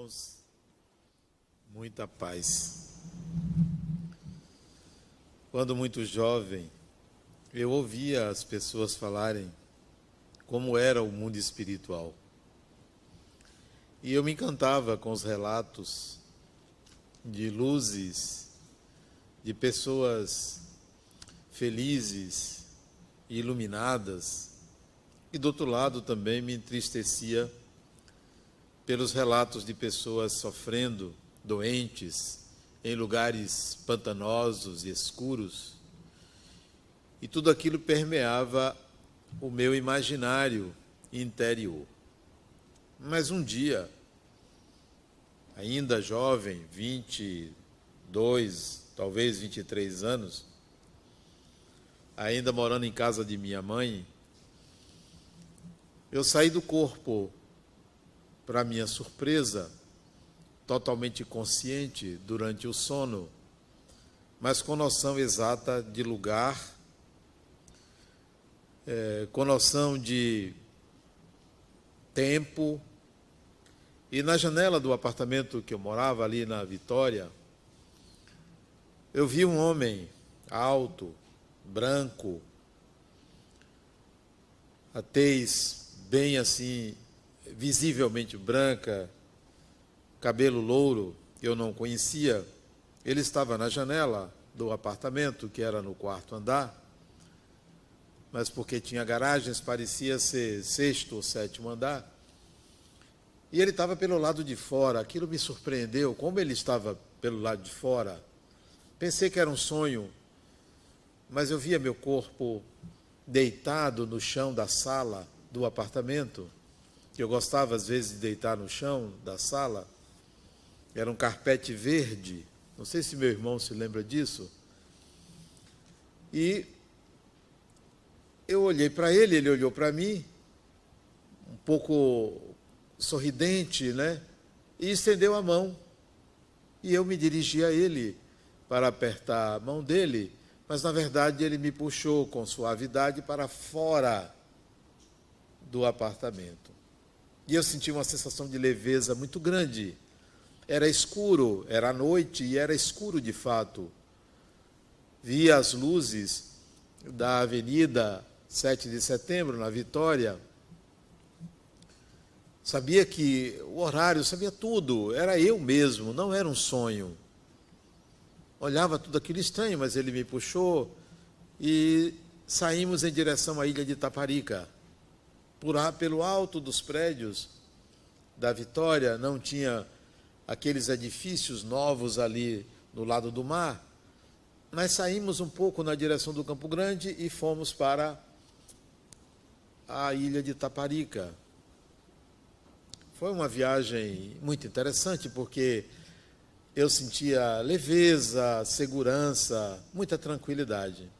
irmãos, muita paz. Quando muito jovem, eu ouvia as pessoas falarem como era o mundo espiritual. E eu me encantava com os relatos de luzes, de pessoas felizes e iluminadas. E do outro lado também me entristecia pelos relatos de pessoas sofrendo, doentes, em lugares pantanosos e escuros. E tudo aquilo permeava o meu imaginário interior. Mas um dia, ainda jovem, 22, talvez 23 anos, ainda morando em casa de minha mãe, eu saí do corpo, para minha surpresa, totalmente consciente durante o sono, mas com noção exata de lugar, com noção de tempo. E na janela do apartamento que eu morava, ali na Vitória, eu vi um homem alto, branco, a tez bem assim, visivelmente branca, cabelo louro, que eu não conhecia. Ele estava na janela do apartamento, que era no quarto andar, mas porque tinha garagens, parecia ser sexto ou sétimo andar. E ele estava pelo lado de fora. Aquilo me surpreendeu, como ele estava pelo lado de fora. Pensei que era um sonho, mas eu via meu corpo deitado no chão da sala do apartamento, que eu gostava às vezes de deitar no chão da sala. Era um carpete verde, não sei se meu irmão se lembra disso. E eu olhei para ele, ele olhou para mim, um pouco sorridente, né? E estendeu a mão. E eu me dirigi a ele para apertar a mão dele, mas na verdade ele me puxou com suavidade para fora do apartamento. E eu senti uma sensação de leveza muito grande. Era escuro, era noite e era escuro de fato. Via as luzes da Avenida 7 de Setembro, na Vitória. Sabia que o horário, sabia tudo, era eu mesmo, não era um sonho. Olhava tudo aquilo estranho, mas ele me puxou e saímos em direção à ilha de Itaparica. Pelo alto dos prédios da Vitória, não tinha aqueles edifícios novos ali no lado do mar, mas saímos um pouco na direção do Campo Grande e fomos para a ilha de Itaparica. Foi uma viagem muito interessante, porque eu sentia leveza, segurança, muita tranquilidade.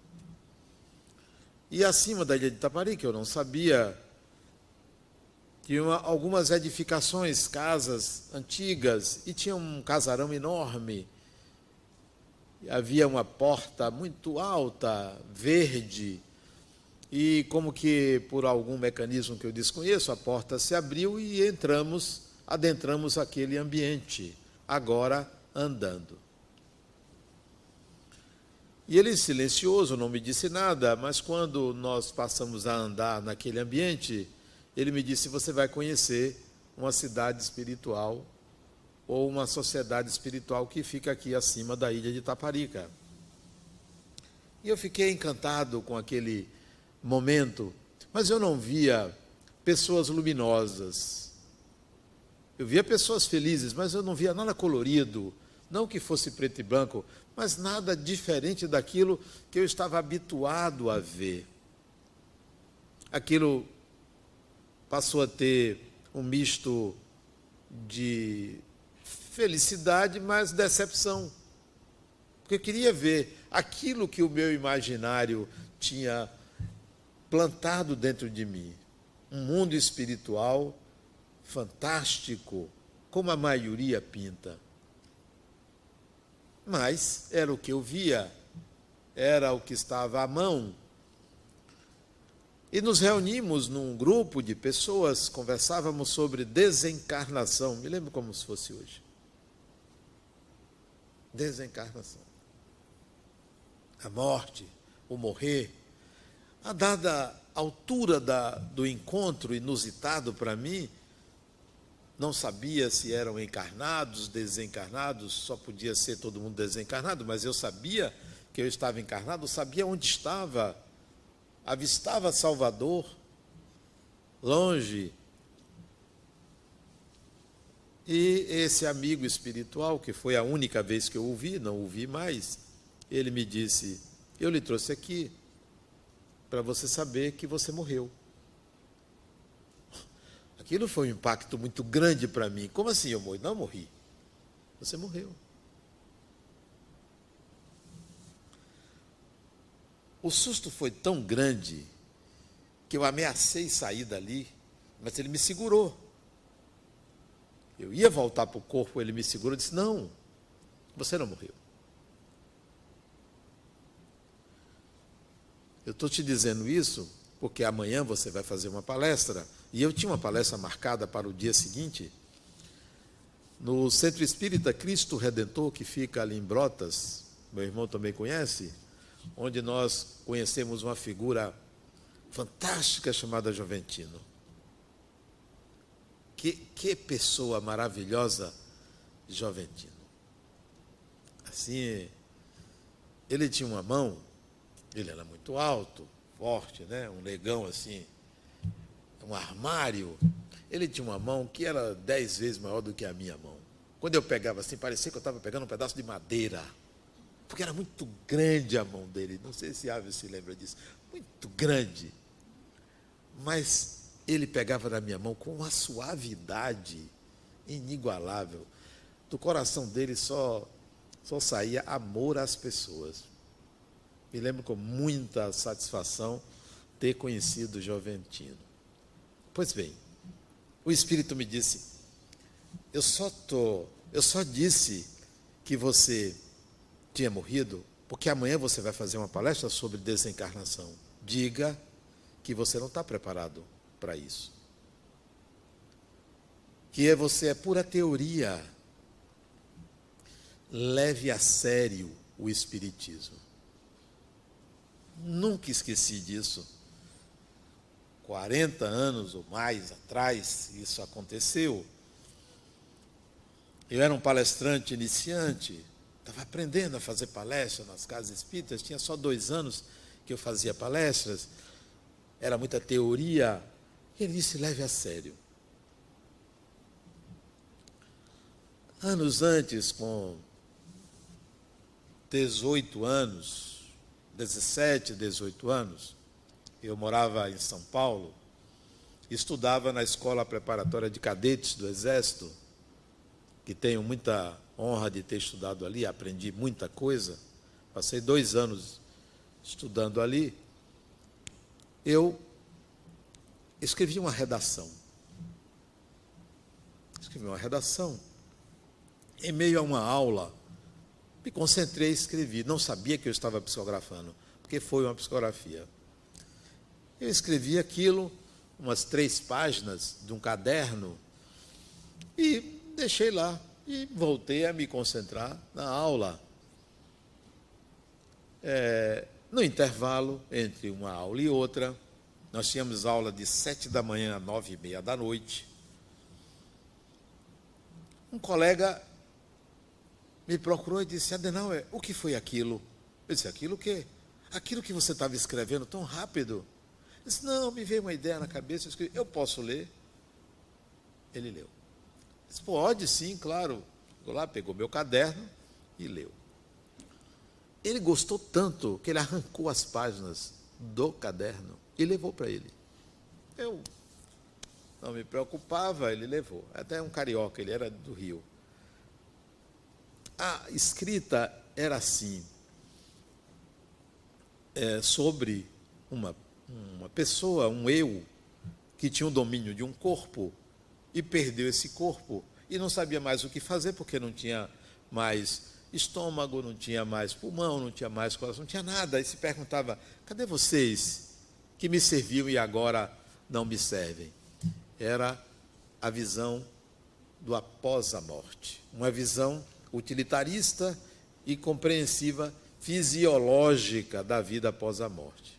E acima da ilha de Itaparica, eu não sabia, tinha algumas edificações, casas antigas, e tinha um casarão enorme. Havia uma porta muito alta, verde, e como que por algum mecanismo que eu desconheço, a porta se abriu e adentramos aquele ambiente, agora andando. E ele, silencioso, não me disse nada, mas quando nós passamos a andar naquele ambiente, ele me disse: você vai conhecer uma cidade espiritual ou uma sociedade espiritual que fica aqui acima da ilha de Itaparica. E eu fiquei encantado com aquele momento, mas eu não via pessoas luminosas. Eu via pessoas felizes, mas eu não via nada colorido, não que fosse preto e branco, mas nada diferente daquilo que eu estava habituado a ver. Aquilo passou a ter um misto de felicidade, mas decepção. Porque eu queria ver aquilo que o meu imaginário tinha plantado dentro de mim. Um mundo espiritual fantástico, como a maioria pinta. Mas era o que eu via, era o que estava à mão. E nos reunimos num grupo de pessoas, conversávamos sobre desencarnação. Me lembro como se fosse hoje. Desencarnação. A morte, o morrer. A dada altura do encontro inusitado para mim, não sabia se eram encarnados, desencarnados, só podia ser todo mundo desencarnado, mas eu sabia que eu estava encarnado, sabia onde estava, avistava Salvador, longe. E esse amigo espiritual, que foi a única vez que eu ouvi, não ouvi mais, ele me disse: eu lhe trouxe aqui para você saber que você morreu. Aquilo foi um impacto muito grande para mim. Como assim eu morri? Não morri. Você morreu. O susto foi tão grande que eu ameacei sair dali, mas ele me segurou. Eu ia voltar para o corpo, ele me segurou e disse: não, você não morreu. Eu estou te dizendo isso porque amanhã você vai fazer uma palestra, e eu tinha uma palestra marcada para o dia seguinte, no Centro Espírita Cristo Redentor, que fica ali em Brotas, meu irmão também conhece, onde nós conhecemos uma figura fantástica chamada Joventino. Que pessoa maravilhosa, Joventino. Assim, ele tinha uma mão, ele era muito alto, forte, né? Um negão assim, um armário. Ele tinha uma mão que era 10 vezes maior do que a minha mão. Quando eu pegava assim, parecia que eu estava pegando um pedaço de madeira, porque era muito grande a mão dele. Não sei se Ávila se lembra disso. Muito grande. Mas ele pegava na minha mão com uma suavidade inigualável. Do coração dele só saía amor às pessoas. Me lembro com muita satisfação ter conhecido Joventino. Pois bem, o Espírito me disse: eu só disse que você tinha morrido porque amanhã você vai fazer uma palestra sobre desencarnação. Diga que você não está preparado para isso. Que você é pura teoria. Leve a sério o Espiritismo. Nunca esqueci disso. 40 anos ou mais atrás, isso aconteceu. Eu era um palestrante iniciante, estava aprendendo a fazer palestras nas casas espíritas, tinha só 2 anos que eu fazia palestras, era muita teoria. Ele disse: leve a sério. Anos antes, com 18 anos, 17, 18 anos, eu morava em São Paulo, estudava na Escola Preparatória de Cadetes do Exército, que tenho muita honra de ter estudado ali, aprendi muita coisa, passei 2 anos estudando ali. Eu escrevi uma redação. Em meio a uma aula, me concentrei e escrevi. Não sabia que eu estava psicografando, porque foi uma psicografia. Eu escrevi aquilo, umas 3 páginas de um caderno, e deixei lá. E voltei a me concentrar na aula. No intervalo entre uma aula e outra, nós tínhamos aula de 7 da manhã a 9h30 da noite. Um colega me procurou e disse: Adenauer, o que foi aquilo? Eu disse: aquilo o quê? Aquilo que você estava escrevendo tão rápido. Ele disse: não, me veio uma ideia na cabeça, eu escrevi: eu posso ler? Ele leu. Eu disse: pode sim, claro. Ficou lá, pegou meu caderno e leu. Ele gostou tanto que ele arrancou as páginas do caderno e levou para ele. Eu não me preocupava, ele levou. Até um carioca, ele era do Rio. A escrita era assim, sobre uma pessoa, um eu, que tinha o domínio de um corpo e perdeu esse corpo e não sabia mais o que fazer, porque não tinha mais estômago, não tinha mais pulmão, não tinha mais coração, não tinha nada. E se perguntava: cadê vocês que me serviam e agora não me servem. Era a visão do após a morte, uma visão utilitarista e compreensiva, fisiológica da vida após a morte.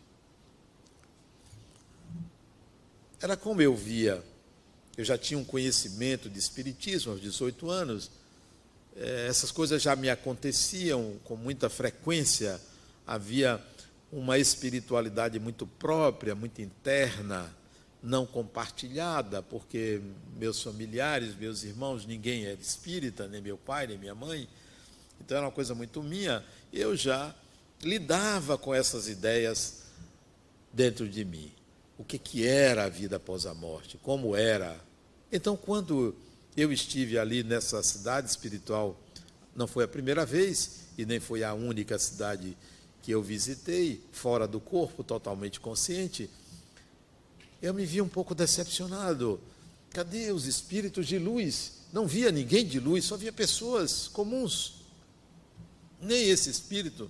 Era como eu via. Eu já tinha um conhecimento de espiritismo aos 18 anos, essas coisas já me aconteciam com muita frequência, havia uma espiritualidade muito própria, muito interna, não compartilhada, porque meus familiares, meus irmãos, ninguém era espírita, nem meu pai, nem minha mãe, então era uma coisa muito minha, eu já lidava com essas ideias dentro de mim. O que era a vida após a morte, como era. Então, quando eu estive ali nessa cidade espiritual, não foi a primeira vez e nem foi a única cidade que eu visitei, fora do corpo, totalmente consciente, eu me vi um pouco decepcionado. Cadê os espíritos de luz? Não via ninguém de luz, só via pessoas comuns. Nem esse espírito.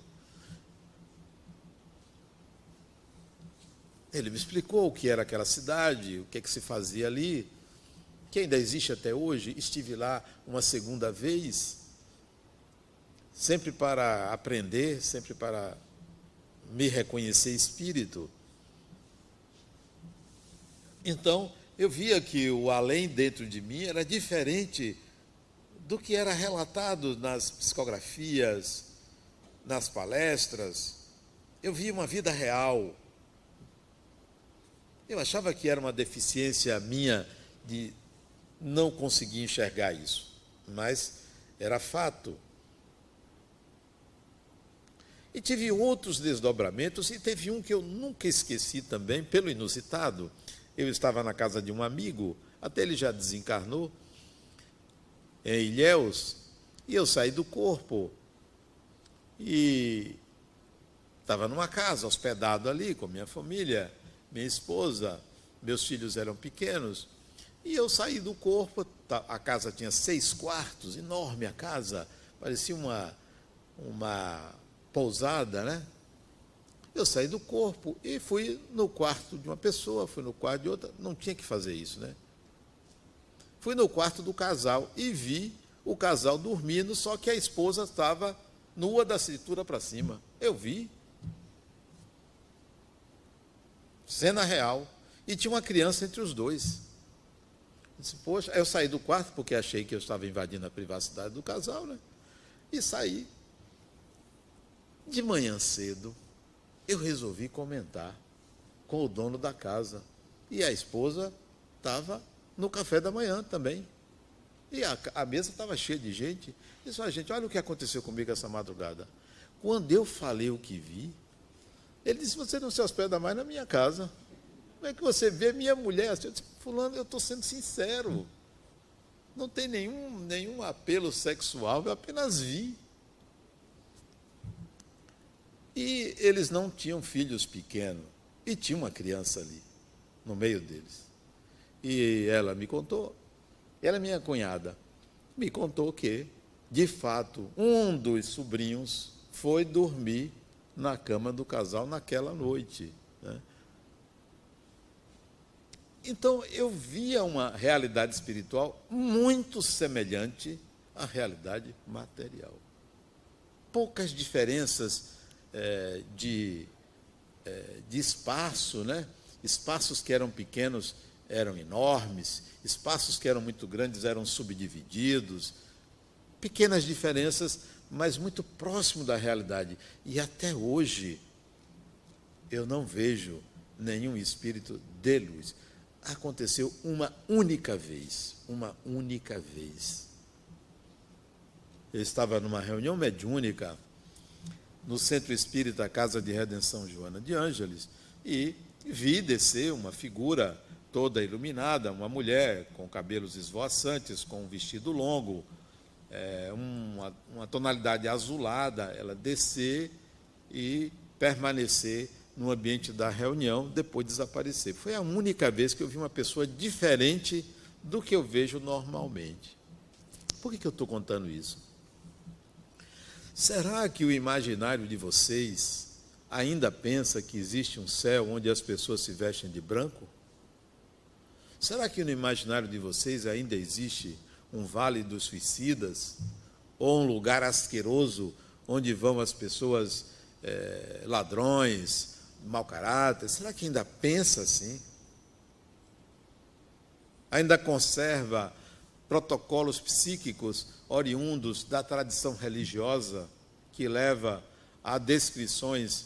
Ele me explicou o que era aquela cidade, o que se fazia ali, que ainda existe até hoje. Estive lá uma segunda vez, sempre para aprender, sempre para me reconhecer espírito. Então, eu via que o além dentro de mim era diferente do que era relatado nas psicografias, nas palestras. Eu via uma vida real. Eu achava que era uma deficiência minha de não conseguir enxergar isso, mas era fato. E tive outros desdobramentos, e teve um que eu nunca esqueci também, pelo inusitado. Eu estava na casa de um amigo, até ele já desencarnou, em Ilhéus, e eu saí do corpo, e estava numa casa, hospedado ali, com minha família, minha esposa, meus filhos eram pequenos, e eu saí do corpo, a casa tinha 6 quartos, enorme a casa, parecia uma pousada, né? Eu saí do corpo e fui no quarto de uma pessoa, fui no quarto de outra, não tinha que fazer isso, né? Fui no quarto do casal e vi o casal dormindo, só que a esposa estava nua da cintura para cima. Eu vi. Cena real. E tinha uma criança entre os dois. Eu disse, poxa, eu saí do quarto porque achei que eu estava invadindo a privacidade do casal, né? E saí. De manhã cedo, eu resolvi comentar com o dono da casa. E a esposa estava no café da manhã também. E a mesa estava cheia de gente. E disse, gente, olha o que aconteceu comigo essa madrugada. Quando eu falei o que vi, ele disse, você não se hospeda mais na minha casa. Como é que você vê minha mulher? Eu disse, fulano, eu estou sendo sincero. Não tem nenhum apelo sexual, eu apenas vi. E eles não tinham filhos pequenos. E tinha uma criança ali, no meio deles. E ela me contou, ela é minha cunhada, me contou que, de fato, um dos sobrinhos foi dormir na cama do casal naquela noite, né? Então, eu via uma realidade espiritual muito semelhante à realidade material. Poucas diferenças de espaço, né? Espaços que eram pequenos eram enormes, espaços que eram muito grandes eram subdivididos, pequenas diferenças, mas muito próximo da realidade. E até hoje, eu não vejo nenhum espírito de luz. Aconteceu uma única vez. Eu estava numa reunião mediúnica no Centro Espírita Casa de Redenção Joana de Ângeles e vi descer uma figura toda iluminada, uma mulher com cabelos esvoaçantes, com um vestido longo, uma tonalidade azulada, ela descer e permanecer no ambiente da reunião, depois desaparecer. Foi a única vez que eu vi uma pessoa diferente do que eu vejo normalmente. Por que eu estou contando isso? Será que o imaginário de vocês ainda pensa que existe um céu onde as pessoas se vestem de branco? Será que no imaginário de vocês ainda existe um vale dos suicidas? Ou um lugar asqueroso onde vão as pessoas ladrões, mau caráter? Será que ainda pensa assim? Ainda conserva protocolos psíquicos oriundos da tradição religiosa que leva a descrições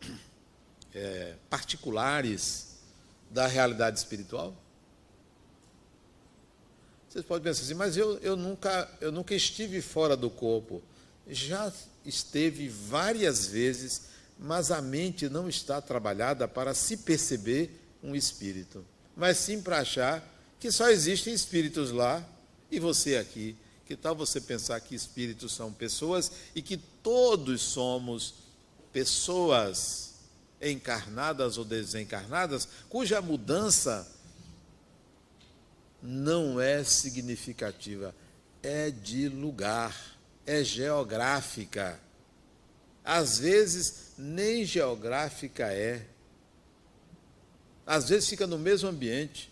particulares da realidade espiritual? Vocês podem pensar assim, mas eu nunca estive fora do corpo. Já esteve várias vezes, mas a mente não está trabalhada para se perceber um espírito, mas sim para achar que só existem espíritos lá e você aqui. Que tal você pensar que espíritos são pessoas e que todos somos pessoas encarnadas ou desencarnadas, cuja mudança não é significativa, é de lugar, é geográfica. Às vezes, nem geográfica é. Às vezes fica no mesmo ambiente.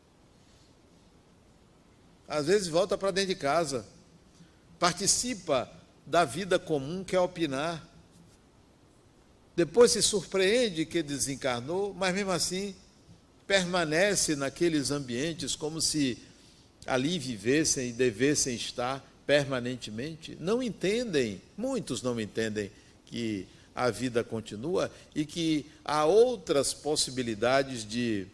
Às vezes volta para dentro de casa. Participa da vida comum, quer opinar. Depois se surpreende que desencarnou, mas mesmo assim permanece naqueles ambientes como se ali vivessem e devessem estar permanentemente. Não entendem, muitos não entendem que a vida continua e que há outras possibilidades de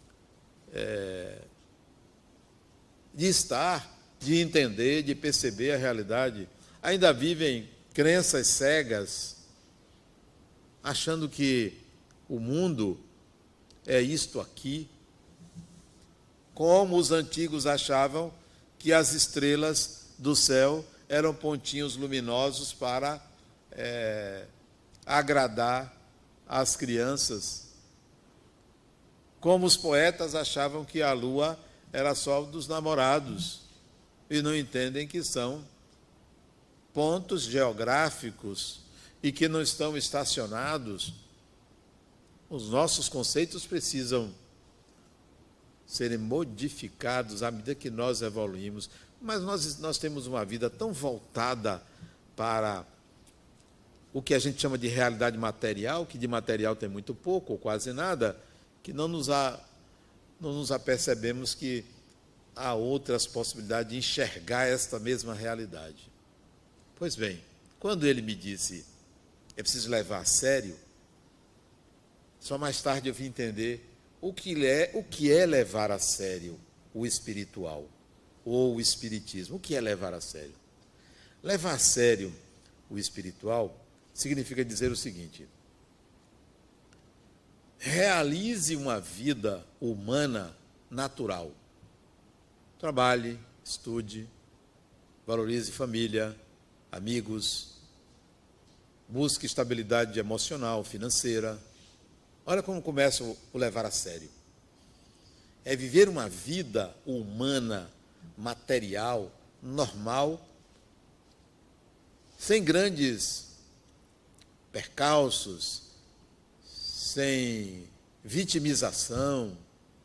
estar, de entender, de perceber a realidade. Ainda vivem crenças cegas, achando que o mundo é isto aqui, como os antigos achavam que as estrelas do céu eram pontinhos luminosos para agradar as crianças, como os poetas achavam que a lua era só dos namorados, e não entendem que são pontos geográficos e que não estão estacionados. Os nossos conceitos precisam serem modificados à medida que nós evoluímos, mas nós temos uma vida tão voltada para o que a gente chama de realidade material, que de material tem muito pouco ou quase nada, que não nos apercebemos que há outras possibilidades de enxergar esta mesma realidade. Pois bem, quando ele me disse, é preciso levar a sério, só mais tarde eu vim entender o que é levar a sério o espiritual ou o espiritismo. O que é levar a sério? Levar a sério o espiritual significa dizer o seguinte: realize uma vida humana natural. Trabalhe, estude, valorize família, amigos, busque estabilidade emocional, financeira. Olha como começa o levar a sério. É viver uma vida humana, material, normal, sem grandes percalços, sem vitimização.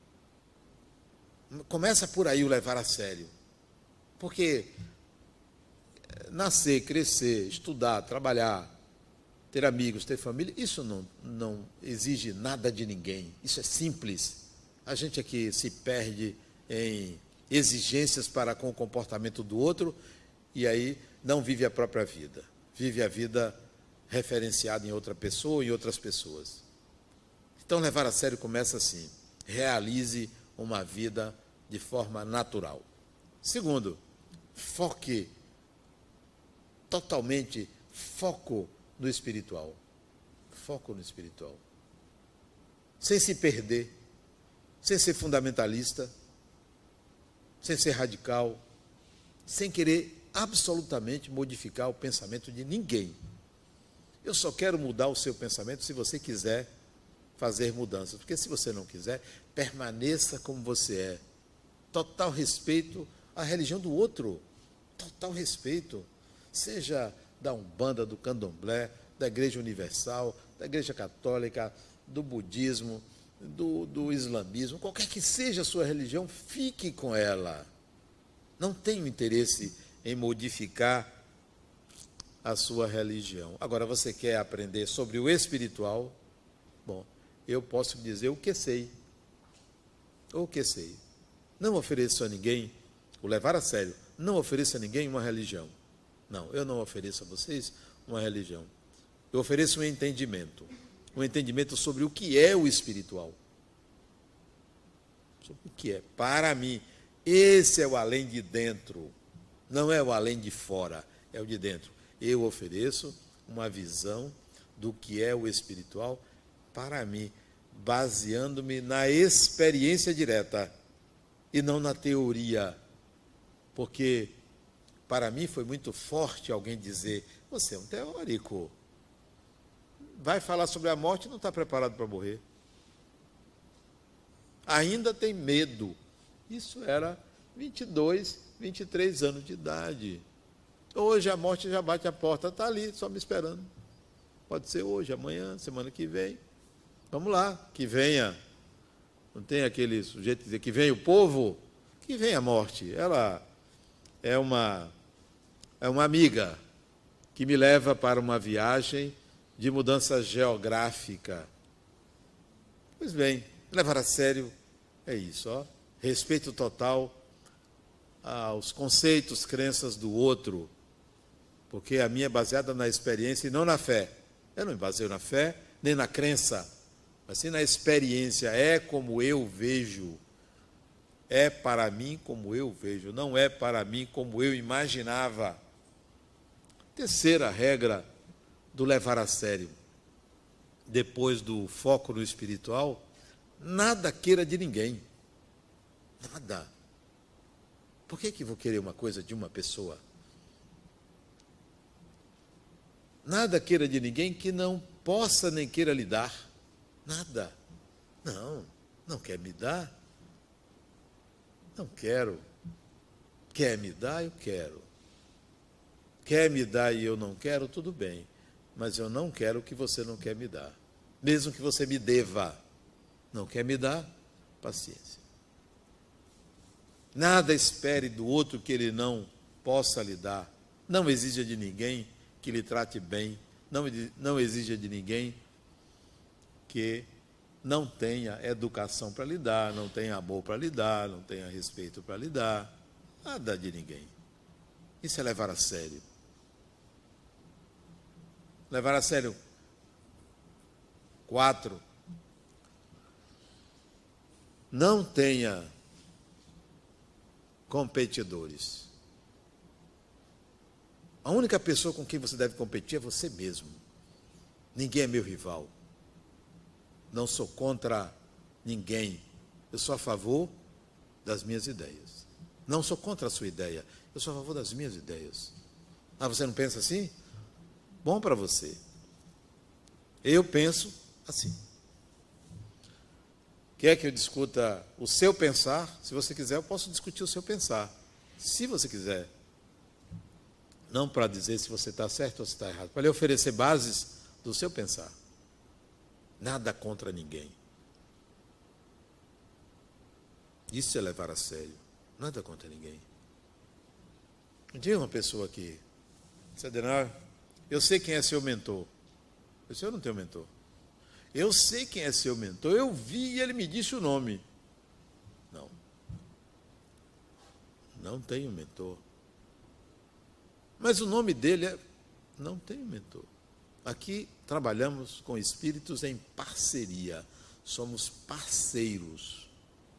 Começa por aí o levar a sério. Porque nascer, crescer, estudar, trabalhar, ter amigos, ter família, isso não exige nada de ninguém. Isso é simples. A gente aqui se perde em exigências para com o comportamento do outro e aí não vive a própria vida. Vive a vida referenciada em outra pessoa e em outras pessoas. Então, levar a sério começa assim: realize uma vida de forma natural. Segundo, foque totalmente, foco no espiritual. Foco no espiritual. Sem se perder, sem ser fundamentalista, sem ser radical, sem querer absolutamente modificar o pensamento de ninguém. Eu só quero mudar o seu pensamento se você quiser fazer mudanças, porque se você não quiser, permaneça como você é. Total respeito à religião do outro, total respeito. Seja da Umbanda, do Candomblé, da Igreja Universal, da Igreja Católica, do budismo, do islamismo, qualquer que seja a sua religião, fique com ela. Não tenho interesse em modificar a sua religião. Agora, você quer aprender sobre o espiritual? Bom, eu posso dizer o que sei. O que sei. Não ofereço a ninguém, o levar a sério, não ofereço a ninguém uma religião. Não, eu não ofereço a vocês uma religião. Eu ofereço um entendimento sobre o que é o espiritual. Sobre o que é. Para mim, esse é o além de dentro, não é o além de fora, é o de dentro. Eu ofereço uma visão do que é o espiritual para mim, baseando-me na experiência direta e não na teoria. Porque, para mim, foi muito forte alguém dizer, você é um teórico. Vai falar sobre a morte e não está preparado para morrer. Ainda tem medo. Isso era 22, 23 anos de idade. Hoje a morte já bate a porta, está ali, só me esperando. Pode ser hoje, amanhã, semana que vem. Vamos lá, que venha. Não tem aquele sujeito que dizer que vem o povo? Que venha a morte. Ela é uma amiga que me leva para uma viagem de mudança geográfica. Pois bem, levar a sério é isso, ó. Respeito total aos conceitos, crenças do outro, porque a minha é baseada na experiência e não na fé. Eu não me baseio na fé, nem na crença, mas sim na experiência. É como eu vejo. É para mim como eu vejo, não é para mim como eu imaginava. Terceira regra do levar a sério, depois do foco no espiritual, nada queira de ninguém. Nada. Por que vou querer uma coisa de uma pessoa? Nada queira de ninguém que não possa nem queira lhe dar. Nada. Não quer me dar? Não quero. Quer me dar? Eu quero. Quer me dar e eu não quero? Tudo bem. Mas eu não quero o que você não quer me dar. Mesmo que você me deva. Não quer me dar? Paciência. Nada espere do outro que ele não possa lhe dar. Não exija de ninguém que lhe trate bem. Não exija de ninguém que não tenha educação para lhe dar, não tenha amor para lhe dar, não tenha respeito para lhe dar. Nada de ninguém. Isso é levar a sério. Levar a sério. 4. Não tenha competidores. A única pessoa com quem você deve competir é você mesmo. Ninguém é meu rival. Não sou contra ninguém. Eu sou a favor das minhas ideias. Não sou contra a sua ideia. Eu sou a favor das minhas ideias. Ah, você não pensa assim? Bom para você. Eu penso assim. Quer que eu discuta o seu pensar? Se você quiser, eu posso discutir o seu pensar. Se você quiser. Não para dizer se você está certo ou se está errado. Para lhe oferecer bases do seu pensar. Nada contra ninguém. Isso é levar a sério. Nada contra ninguém. Um dia uma pessoa aqui disse, Adenauer, eu sei quem é seu mentor. Eu disse, eu não tenho mentor. Eu sei quem é seu mentor. Eu vi e ele me disse o nome. Não. Não tenho mentor. Mas o nome dele é... Não tenho mentor. Aqui trabalhamos com espíritos em parceria. Somos parceiros.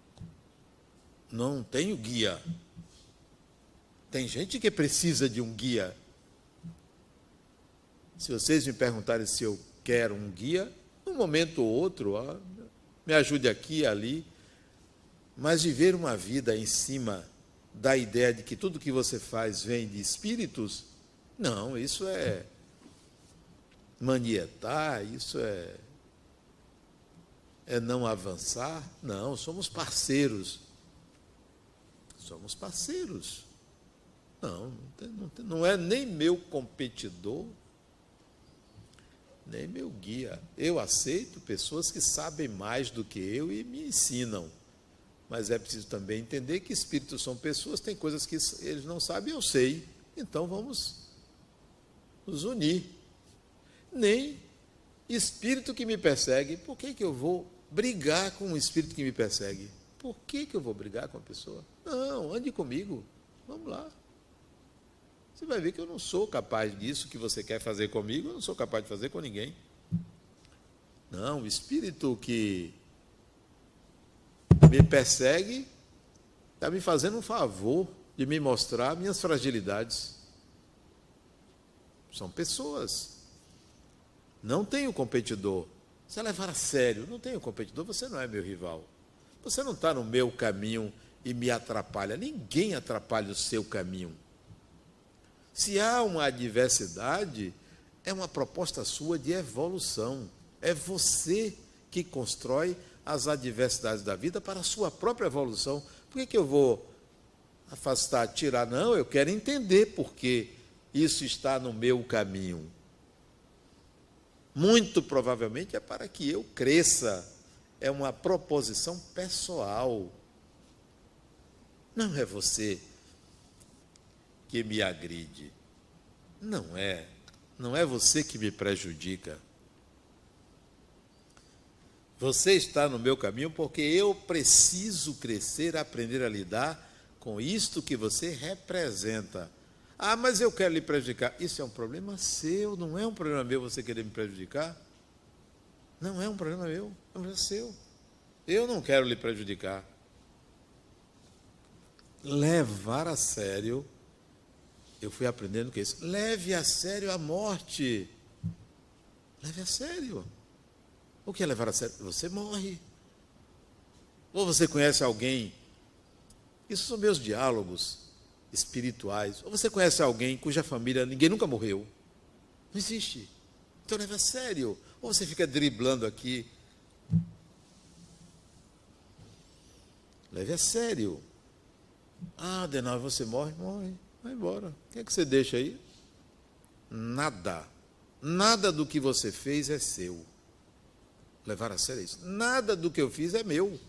Não tenho guia. Tem gente que precisa de um guia. Se vocês me perguntarem se eu quero um guia, um momento ou outro, me ajude aqui e ali. Mas viver uma vida em cima da ideia de que tudo que você faz vem de espíritos, não, isso é manietar, isso é não avançar. Não, somos parceiros. Somos parceiros. Não é nem meu competidor, nem meu guia. Eu aceito pessoas que sabem mais do que eu e me ensinam. Mas é preciso também entender que espíritos são pessoas, tem coisas que eles não sabem, eu sei. Então vamos nos unir. Nem espírito que me persegue, por que eu vou brigar com um espírito que me persegue? Por que eu vou brigar com a pessoa? Não, ande comigo, vamos lá. Você vai ver que eu não sou capaz disso que você quer fazer comigo, eu não sou capaz de fazer com ninguém. Não, o espírito que me persegue está me fazendo um favor de me mostrar minhas fragilidades. São pessoas. Não tenho competidor. Se levar a sério, não tenho competidor, você não é meu rival. Você não está no meu caminho e me atrapalha. Ninguém atrapalha o seu caminho. Se há uma adversidade, é uma proposta sua de evolução. É você que constrói as adversidades da vida para a sua própria evolução. Por que eu vou afastar, tirar? Não, eu quero entender por que isso está no meu caminho. Muito provavelmente é para que eu cresça. É uma proposição pessoal. Não é você que me agride. Não é. Não é você que me prejudica. Você está no meu caminho porque eu preciso crescer, aprender a lidar com isto que você representa. Ah, mas eu quero lhe prejudicar. Isso é um problema seu, não é um problema meu você querer me prejudicar. Não é um problema meu, é um problema seu. Eu não quero lhe prejudicar. Levar a sério, eu fui aprendendo que isso. Leve a sério a morte. Leve a sério. O que é levar a sério? Você morre. Ou você conhece alguém, isso são meus diálogos espirituais, ou você conhece alguém cuja família ninguém nunca morreu. Não existe. Então leve a sério. Ou você fica driblando aqui. Leve a sério. Ah, Adenauer, você morre? Morre. Vai embora. O que é que você deixa aí? Nada. Nada do que você fez é seu. Levar a sério isso. Nada do que eu fiz é meu.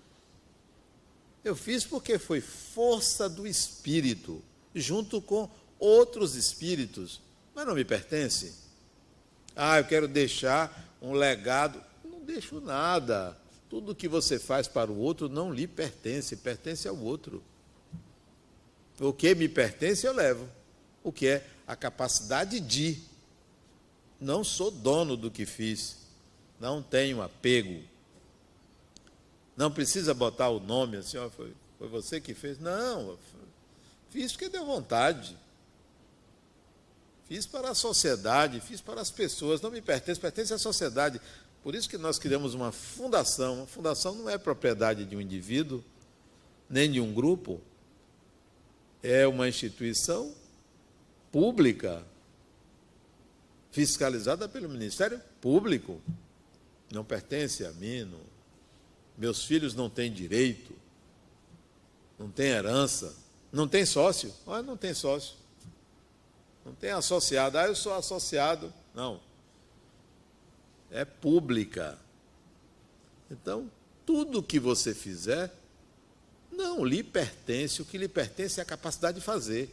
Eu fiz porque foi força do Espírito, junto com outros espíritos, mas não me pertence. Ah, eu quero deixar um legado. Não deixo nada. Tudo que você faz para o outro não lhe pertence, pertence ao outro. O que me pertence eu levo. O que é a capacidade de. Não sou dono do que fiz. Não tenho apego. Não precisa botar o nome assim, ó, foi você que fez. Não, fiz porque deu vontade. Fiz para a sociedade, fiz para as pessoas. Não me pertence, pertence à sociedade. Por isso que nós criamos uma fundação. A fundação não é propriedade de um indivíduo, nem de um grupo. É uma instituição pública, fiscalizada pelo Ministério Público. Não pertence a mim, não. Meus filhos não têm direito, não têm herança, não tem sócio. Ah, não tem sócio. Não tem associado. Ah, eu sou associado. Não. É pública. Então, tudo que você fizer não lhe pertence. O que lhe pertence é a capacidade de fazer.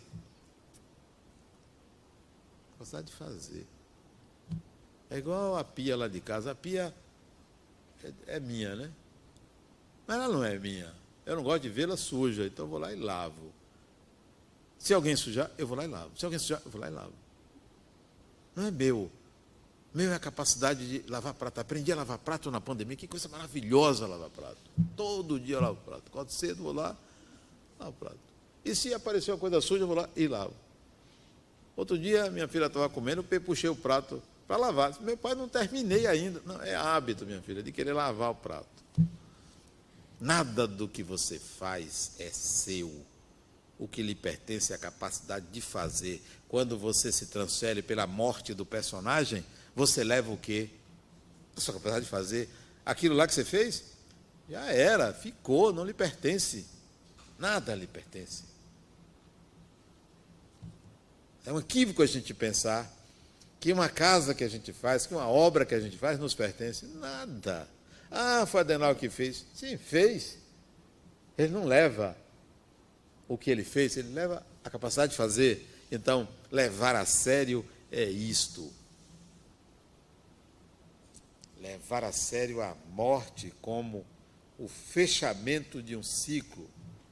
Capacidade de fazer. É igual a pia lá de casa. A pia é minha, né? Mas ela não é minha. Eu não gosto de vê-la suja, então eu vou lá e lavo. Se alguém sujar, eu vou lá e lavo. Se alguém sujar, eu vou lá e lavo. Não é meu. Meu é a capacidade de lavar prato. Aprendi a lavar prato na pandemia. Que coisa maravilhosa lavar prato. Todo dia eu lavo prato. Acordo cedo, vou lá, lavo prato. E se aparecer uma coisa suja, eu vou lá e lavo. Outro dia, minha filha estava comendo, eu puxei o prato para lavar. Meu pai, não terminei ainda. Não, é hábito, minha filha, de querer lavar o prato. Nada do que você faz é seu. O que lhe pertence é a capacidade de fazer. Quando você se transfere pela morte do personagem, você leva o quê? A sua capacidade de fazer. Aquilo lá que você fez, já era, ficou, não lhe pertence. Nada lhe pertence. É um equívoco a gente pensar que uma casa que a gente faz, que uma obra que a gente faz nos pertence. Nada. Ah, foi Adenauer que fez. Sim, fez. Ele não leva o que ele fez, ele leva a capacidade de fazer. Então, levar a sério é isto. Levar a sério a morte como o fechamento de um ciclo.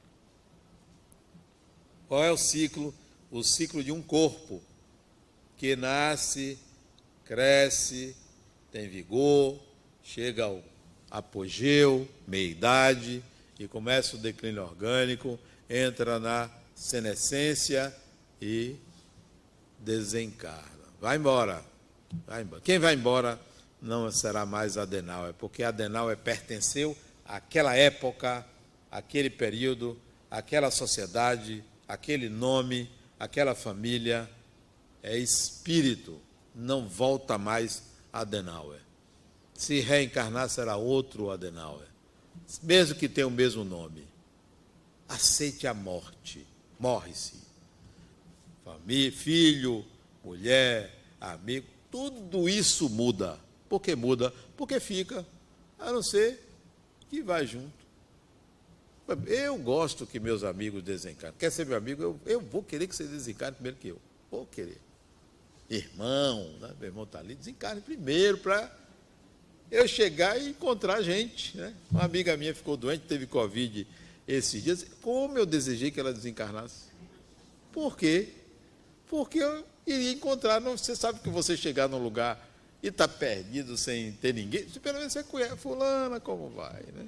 Qual é o ciclo? O ciclo de um corpo que nasce, cresce, tem vigor, chega ao apogeu, meia-idade, e começa o declínio orgânico, entra na senescência e desencarna. Vai embora. Vai embora. Quem vai embora não será mais Adenauer, porque Adenauer pertenceu àquela época, àquele período, àquela sociedade, aquele nome, aquela família. É espírito, não volta mais Adenauer. Se reencarnar, será outro Adenauer, mesmo que tenha o mesmo nome. Aceite a morte, morre-se. Família, filho, mulher, amigo, tudo isso muda. Por que muda? Porque fica, a não ser que vai junto. Eu gosto que meus amigos desencarnem. Quer ser meu amigo? Eu vou querer que você desencarne primeiro que eu. Vou querer. Irmão, né? Meu irmão está ali, desencarne primeiro para eu chegar e encontrar gente. Né? Uma amiga minha ficou doente, teve Covid esses dias. Como eu desejei que ela desencarnasse? Por quê? Porque eu iria encontrar. Não, você sabe que você chegar num lugar e está perdido sem ter ninguém, pelo menos você conhece fulana, como vai, né?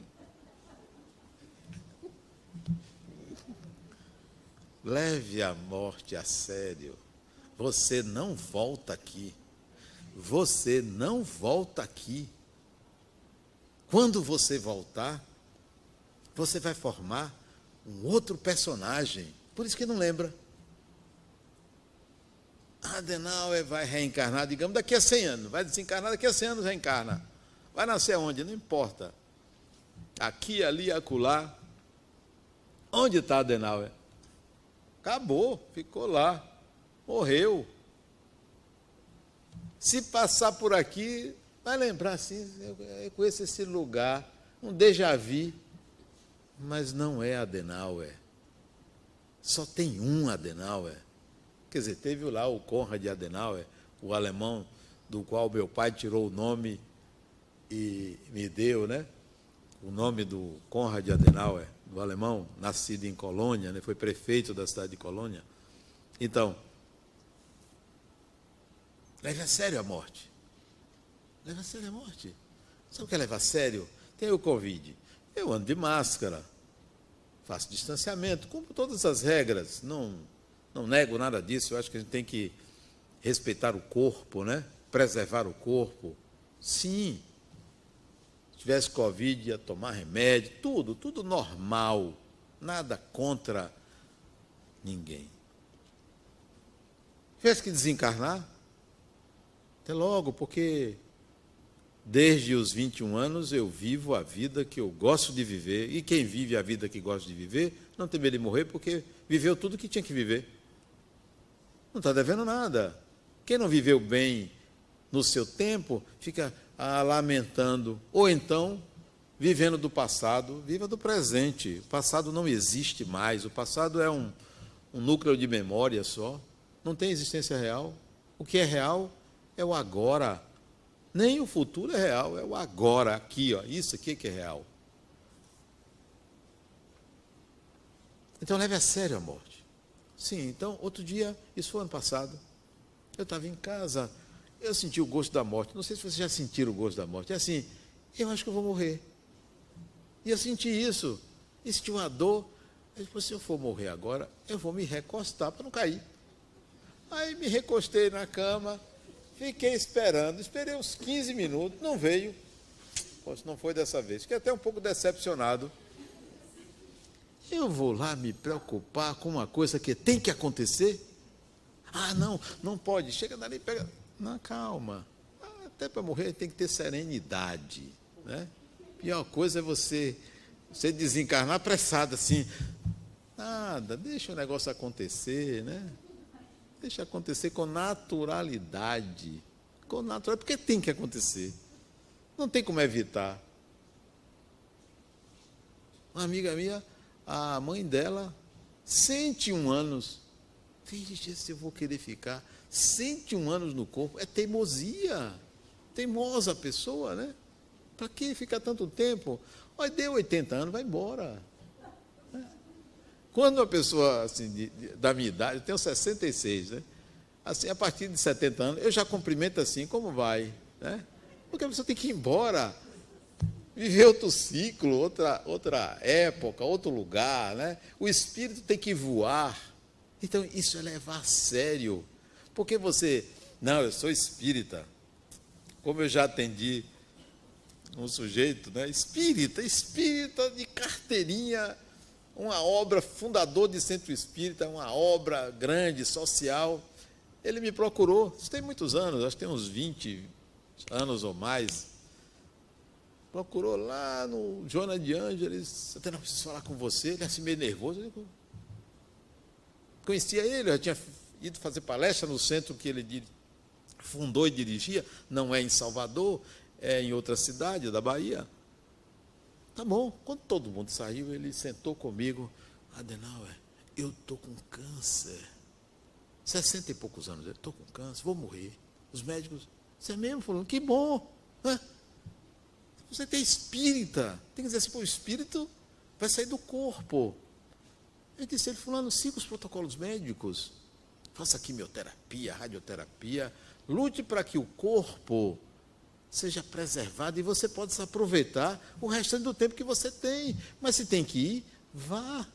Leve a morte a sério. Você não volta aqui. Você não volta aqui. Quando você voltar, você vai formar um outro personagem. Por isso que não lembra. Adenauer vai reencarnar, digamos, daqui a 100 anos. Vai desencarnar, daqui a 100 anos reencarna. Vai nascer onde? Não importa. Aqui, ali, acolá. Onde está Adenauer? Acabou, ficou lá. Morreu. Se passar por aqui, vai lembrar assim, eu conheço esse lugar, um déjà vu, mas não é Adenauer. Só tem um Adenauer. Quer dizer, teve lá o Konrad Adenauer, o alemão, do qual meu pai tirou o nome e me deu, né? O nome do Konrad Adenauer, do alemão, nascido em Colônia, né? Foi prefeito da cidade de Colônia. Então, leve a sério a morte. Leve a sério a morte. Sabe o que é levar a sério? Tem o Covid. Eu ando de máscara, faço distanciamento, cumpro todas as regras, não nego nada disso. Eu acho que a gente tem que respeitar o corpo, né? Preservar o corpo. Sim. Se tivesse Covid, ia tomar remédio, tudo normal. Nada contra ninguém. Tivesse que desencarnar, até logo, porque desde os 21 anos eu vivo a vida que eu gosto de viver, e quem vive a vida que gosta de viver não tem medo de morrer, porque viveu tudo que tinha que viver. Não está devendo nada. Quem não viveu bem no seu tempo, fica lamentando, ou então, vivendo do passado, viva do presente. O passado não existe mais, o passado é um núcleo de memória só, não tem existência real. O que é real é o agora. Nem o futuro é real, é o agora, aqui, ó, isso aqui que é real. Então leve a sério a morte. Sim, então, outro dia, isso foi ano passado, eu estava em casa, eu senti o gosto da morte. Não sei se vocês já sentiram o gosto da morte. É assim, eu acho que eu vou morrer. E eu senti isso, e senti uma dor. Eu disse, se eu for morrer agora, eu vou me recostar para não cair. Aí me recostei na cama, fiquei esperando, esperei uns 15 minutos, não veio. Poxa, não foi dessa vez. Fiquei até um pouco decepcionado. Eu vou lá me preocupar com uma coisa que tem que acontecer? Ah, não pode. Chega dali e pega. Não, calma. Até para morrer tem que ter serenidade, né? Pior coisa é você desencarnar apressado assim. Nada, deixa o negócio acontecer, né? Deixa acontecer com naturalidade. Com naturalidade, porque tem que acontecer. Não tem como evitar. Uma amiga minha, a mãe dela, 101 anos. Vixe, se eu vou querer ficar 101 anos no corpo, é teimosia. Teimosa a pessoa, né? Para que ficar tanto tempo? Olha, deu 80 anos, vai embora. Quando uma pessoa assim, da minha idade, eu tenho 66, né? Assim, a partir de 70 anos, eu já cumprimento assim, como vai? Né? Porque a pessoa tem que ir embora, viver outro ciclo, outra época, outro lugar, né? O espírito tem que voar. Então, isso é levar a sério. Porque você, não, eu sou espírita. Como eu já atendi um sujeito, né? Espírita de carteirinha, uma obra, fundador de centro espírita, uma obra grande, social. Ele me procurou, isso tem muitos anos, acho que tem uns 20 anos ou mais. Procurou lá no Joana de Ângeles, até não preciso falar com você, ele é assim meio nervoso. Eu conhecia ele, eu já tinha ido fazer palestra no centro que ele fundou e dirigia, não é em Salvador, é em outra cidade da Bahia. Tá bom, quando todo mundo saiu, ele sentou comigo. Adenauer, eu estou com câncer. 60 e poucos anos, eu estou com câncer, vou morrer. Os médicos, você mesmo falando, que bom. Né? Você tem espírita, tem que dizer assim, pô, o espírito vai sair do corpo. Eu disse, ele fulano, siga os protocolos médicos, faça quimioterapia, radioterapia, lute para que o corpo seja preservado e você possa aproveitar o restante do tempo que você tem. Mas se tem que ir, vá.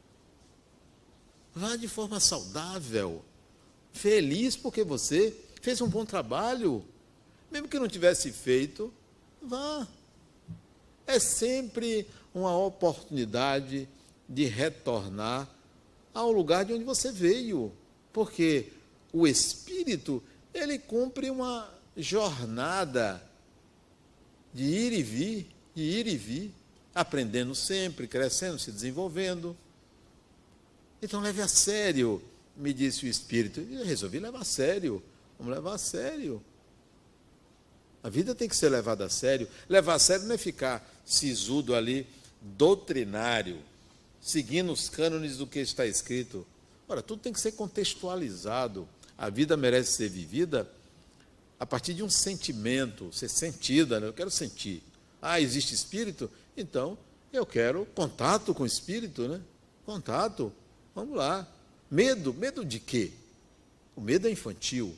Vá de forma saudável, feliz porque você fez um bom trabalho. Mesmo que não tivesse feito, vá. É sempre uma oportunidade de retornar ao lugar de onde você veio. Porque o espírito, ele cumpre uma jornada de ir e vir, aprendendo sempre, crescendo, se desenvolvendo. Então leve a sério, me disse o Espírito. E eu resolvi levar a sério. Vamos levar a sério. A vida tem que ser levada a sério. Levar a sério não é ficar sisudo ali, doutrinário, seguindo os cânones do que está escrito. Ora, tudo tem que ser contextualizado. A vida merece ser vivida a partir de um sentimento, ser sentida, né? Eu quero sentir. Ah, existe espírito? Então, eu quero contato com o espírito, né? Contato. Vamos lá. Medo de quê? O medo é infantil.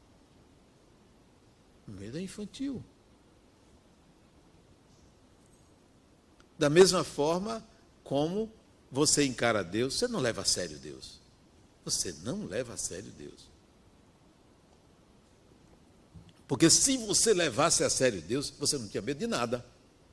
O medo é infantil. Da mesma forma como você encara Deus, você não leva a sério Deus. Você não leva a sério Deus. Porque se você levasse a sério Deus, você não tinha medo de nada.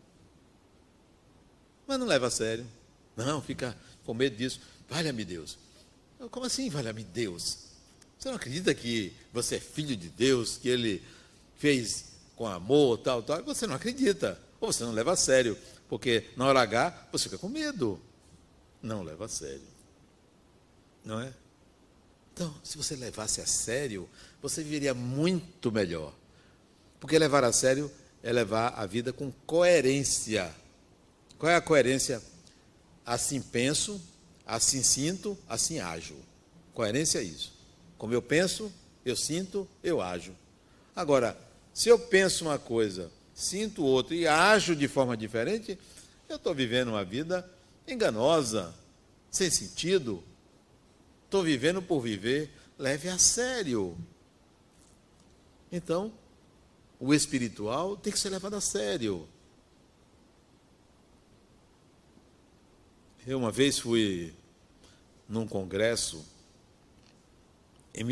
Mas não leva a sério. Não, fica com medo disso. Valha-me Deus. Como assim, valha-me Deus? Você não acredita que você é filho de Deus, que Ele fez com amor, tal. Você não acredita. Ou você não leva a sério. Porque na hora H, você fica com medo. Não leva a sério. Não é? Então, se você levasse a sério, você viveria muito melhor. Porque levar a sério é levar a vida com coerência. Qual é a coerência? Assim penso, assim sinto, assim ajo. Coerência é isso. Como eu penso, eu sinto, eu ajo. Agora, se eu penso uma coisa, sinto outra e ajo de forma diferente, eu estou vivendo uma vida enganosa, sem sentido. Estou vivendo por viver, leve a sério. Então, o espiritual tem que ser levado a sério. Eu uma vez fui num congresso, em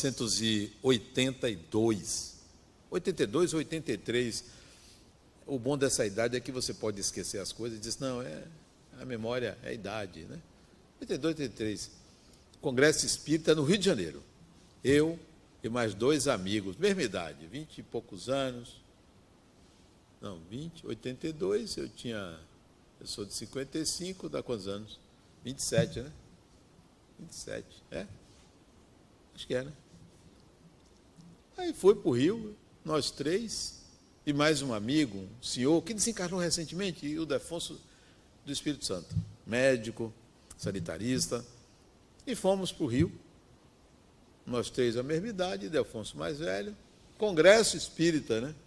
1982, 82 ou 83, o bom dessa idade é que você pode esquecer as coisas e diz, não, a memória é a idade, né? 82, 83, Congresso Espírita no Rio de Janeiro. Eu e mais 2 amigos, mesma idade, 20 e poucos anos, não, 20, 82, eu sou de 55, dá quantos anos? 27, né? 27, é? Acho que é, né? Aí foi para o Rio, nós três, e mais um amigo, um senhor, que desencarnou recentemente, e o Ildefonso do Espírito Santo, médico, sanitarista, e fomos para o Rio, nós três a mesma idade, Ildefonso mais velho, congresso espírita, né?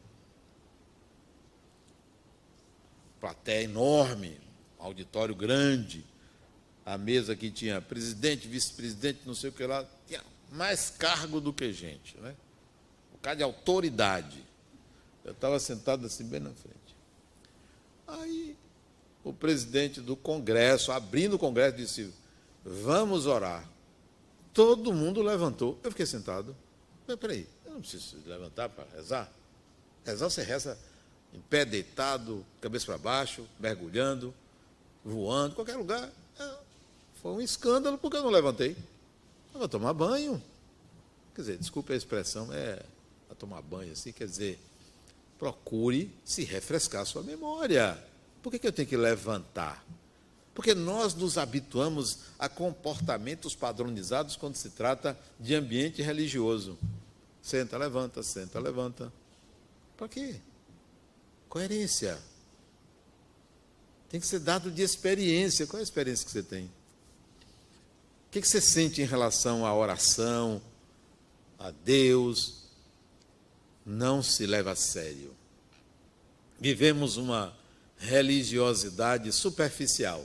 Plateia enorme, auditório grande, a mesa que tinha presidente, vice-presidente, não sei o que lá, tinha mais cargo do que gente, né? Um cara de autoridade. Eu estava sentado assim bem na frente. Aí o presidente do congresso, abrindo o congresso, disse: vamos orar. Todo mundo levantou. Eu fiquei sentado. Mas peraí, eu não preciso levantar para rezar? Rezar você reza em pé, deitado, cabeça para baixo, mergulhando, voando, qualquer lugar. Foi um escândalo porque eu não levantei. Eu vou tomar banho. Quer dizer, desculpe a expressão, a tomar banho assim, quer dizer, procure se refrescar a sua memória. Por que eu tenho que levantar? Porque nós nos habituamos a comportamentos padronizados quando se trata de ambiente religioso. Senta, levanta, senta, levanta. Para quê? Coerência. Tem que ser dado de experiência. Qual é a experiência que você tem? O que você sente em relação à oração, a Deus? Não se leva a sério. Vivemos uma religiosidade superficial.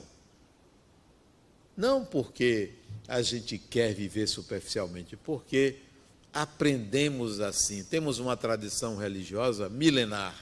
Não porque a gente quer viver superficialmente, porque aprendemos assim. Temos uma tradição religiosa milenar.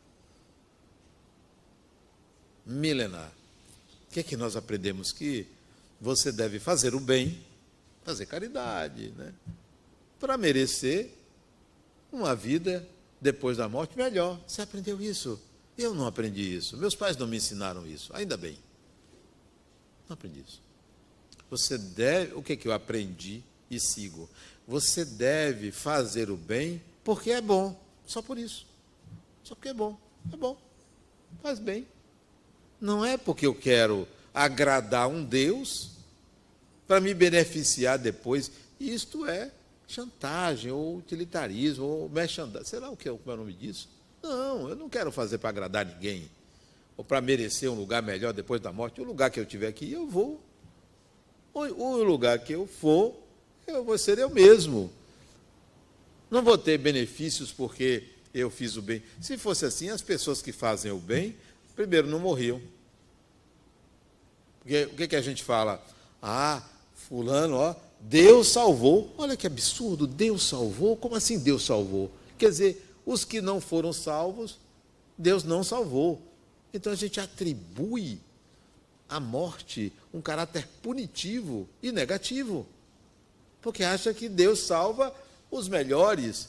Milenar. O que é que nós aprendemos? Que você deve fazer o bem, fazer caridade, né? Para merecer uma vida depois da morte melhor. Você aprendeu isso? Eu não aprendi isso. Meus pais não me ensinaram isso. Ainda bem. Não aprendi isso. Você deve... O que é que eu aprendi e sigo? Você deve fazer o bem porque é bom. Só por isso. Só porque é bom. É bom. Faz bem. Não é porque eu quero agradar um Deus para me beneficiar depois. Isto é chantagem, ou utilitarismo, ou merchandising. Sei lá o que é o nome disso. Não, eu não quero fazer para agradar ninguém, ou para merecer um lugar melhor depois da morte. O lugar que eu tiver aqui, eu vou. O lugar que eu for, eu vou ser eu mesmo. Não vou ter benefícios porque eu fiz o bem. Se fosse assim, as pessoas que fazem o bem, primeiro, não morriam. Porque o que a gente fala? Ah, fulano, ó, Deus salvou. Olha que absurdo, Deus salvou? Como assim Deus salvou? Quer dizer, os que não foram salvos, Deus não salvou. Então a gente atribui à morte um caráter punitivo e negativo. Porque acha que Deus salva os melhores.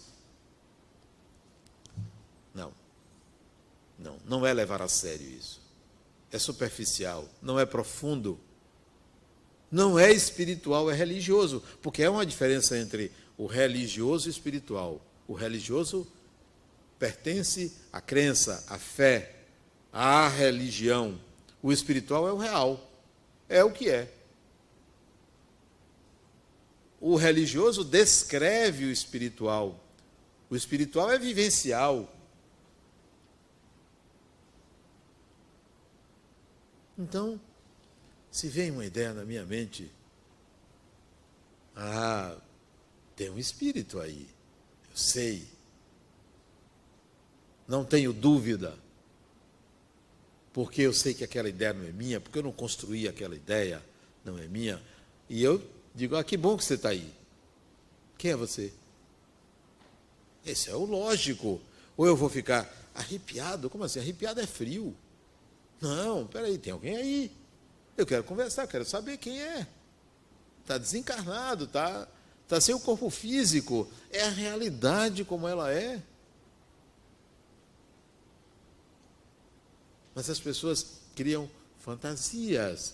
Não é levar a sério isso. É superficial, não é profundo. Não é espiritual, é religioso. Porque é uma diferença entre o religioso e o espiritual. O religioso pertence à crença, à fé, à religião. O espiritual é o real, é o que é. O religioso descreve o espiritual é vivencial. Então, se vem uma ideia na minha mente, tem um espírito aí, eu sei, não tenho dúvida, porque eu sei que aquela ideia não é minha, porque eu não construí aquela ideia, não é minha, e eu digo, que bom que você está aí. Quem é você? Esse é o lógico. Ou eu vou ficar arrepiado? Como assim? Arrepiado é frio. Não, peraí, tem alguém aí. Eu quero conversar, quero saber quem é. Está desencarnado, está sem o corpo físico. É a realidade como ela é. Mas as pessoas criam fantasias.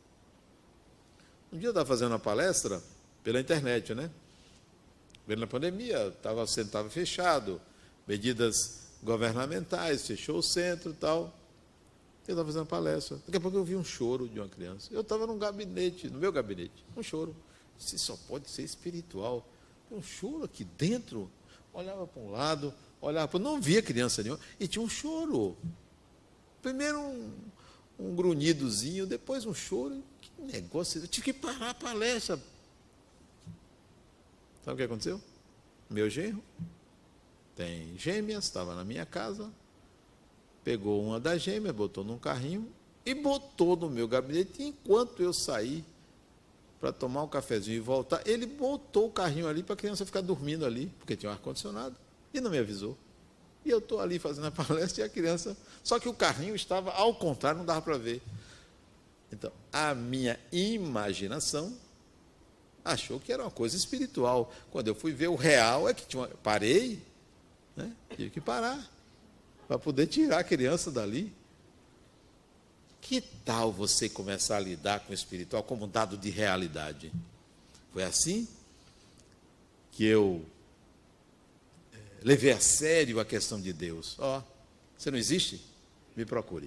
Um dia eu estava fazendo uma palestra pela internet, né? Vendo na pandemia, o centro estava fechado, medidas governamentais, fechou o centro e tal. Eu estava fazendo uma palestra. Daqui a pouco eu vi um choro de uma criança. Eu estava no meu gabinete, um choro. Isso só pode ser espiritual. Um choro aqui dentro. olhava para um lado, olhava para o outro, não via criança nenhuma, e tinha um choro. Primeiro um grunhidozinho, depois um choro. Que negócio, eu tive que parar a palestra. Sabe o que aconteceu? Meu genro tem gêmeas, estava na minha casa, pegou uma das gêmeas, botou num carrinho e botou no meu gabinete. E enquanto eu saí para tomar um cafezinho e voltar, ele botou o carrinho ali para a criança ficar dormindo ali, porque tinha um ar-condicionado, e não me avisou. E eu estou ali fazendo a palestra e a criança... Só que o carrinho estava ao contrário, não dava para ver. Então, a minha imaginação achou que era uma coisa espiritual. Quando eu fui ver o real, é que tinha parei, né? Tive que parar para poder tirar a criança dali. Que tal você começar a lidar com o espiritual como um dado de realidade? Foi assim que eu levei a sério a questão de Deus. Você não existe? Me procure.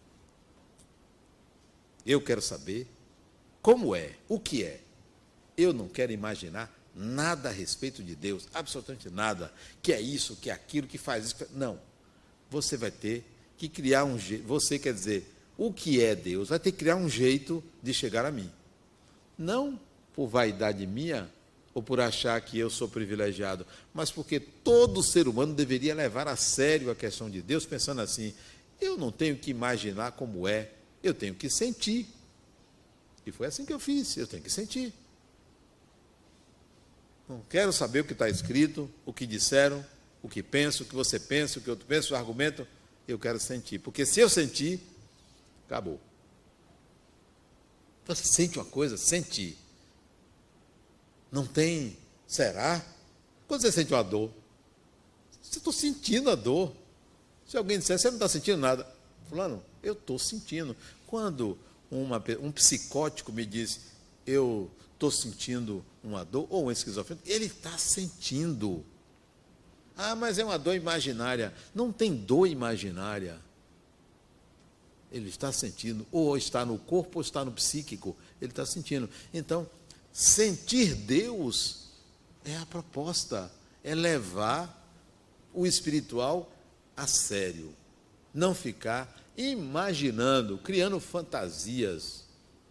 Eu quero saber como é, o que é. Eu não quero imaginar nada a respeito de Deus, absolutamente nada, que é isso, que é aquilo, que faz isso. Não. Você vai ter que criar um jeito, você quer dizer, o que é Deus, vai ter que criar um jeito de chegar a mim. Não por vaidade minha, ou por achar que eu sou privilegiado, mas porque todo ser humano deveria levar a sério a questão de Deus, pensando assim, eu não tenho que imaginar como é, eu tenho que sentir. E foi assim que eu fiz, eu tenho que sentir. Não quero saber o que está escrito, o que disseram, o que penso, o que você pensa, o que eu penso, o argumento, eu quero sentir. Porque se eu sentir, acabou. Você sente uma coisa? Sentir. Não tem, será? Quando você sente uma dor, você está sentindo a dor. Se alguém disser, você não está sentindo nada. Fulano, eu estou sentindo. Quando um psicótico me diz, eu estou sentindo uma dor, ou um esquizofrênico, ele está sentindo. Mas é uma dor imaginária. Não tem dor imaginária. Ele está sentindo, ou está no corpo, ou está no psíquico. Ele está sentindo. Então, sentir Deus é a proposta, é levar o espiritual a sério. Não ficar imaginando, criando fantasias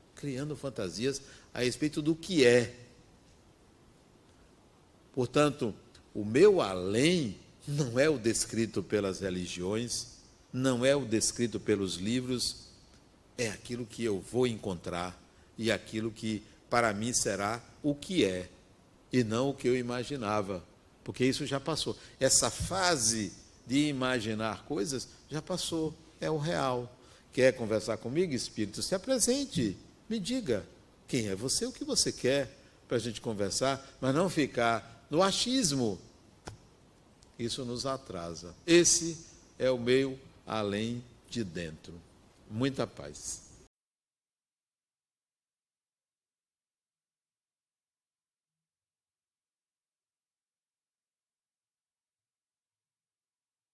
a respeito do que é. Portanto, o meu além não é o descrito pelas religiões, não é o descrito pelos livros, é aquilo que eu vou encontrar e aquilo que para mim será o que é, e não o que eu imaginava, porque isso já passou. Essa fase de imaginar coisas já passou, é o real. Quer conversar comigo, Espírito? Se apresente, me diga quem é você, o que você quer para a gente conversar, mas não ficar no achismo. Isso nos atrasa. Esse é o meu além de dentro. Muita paz.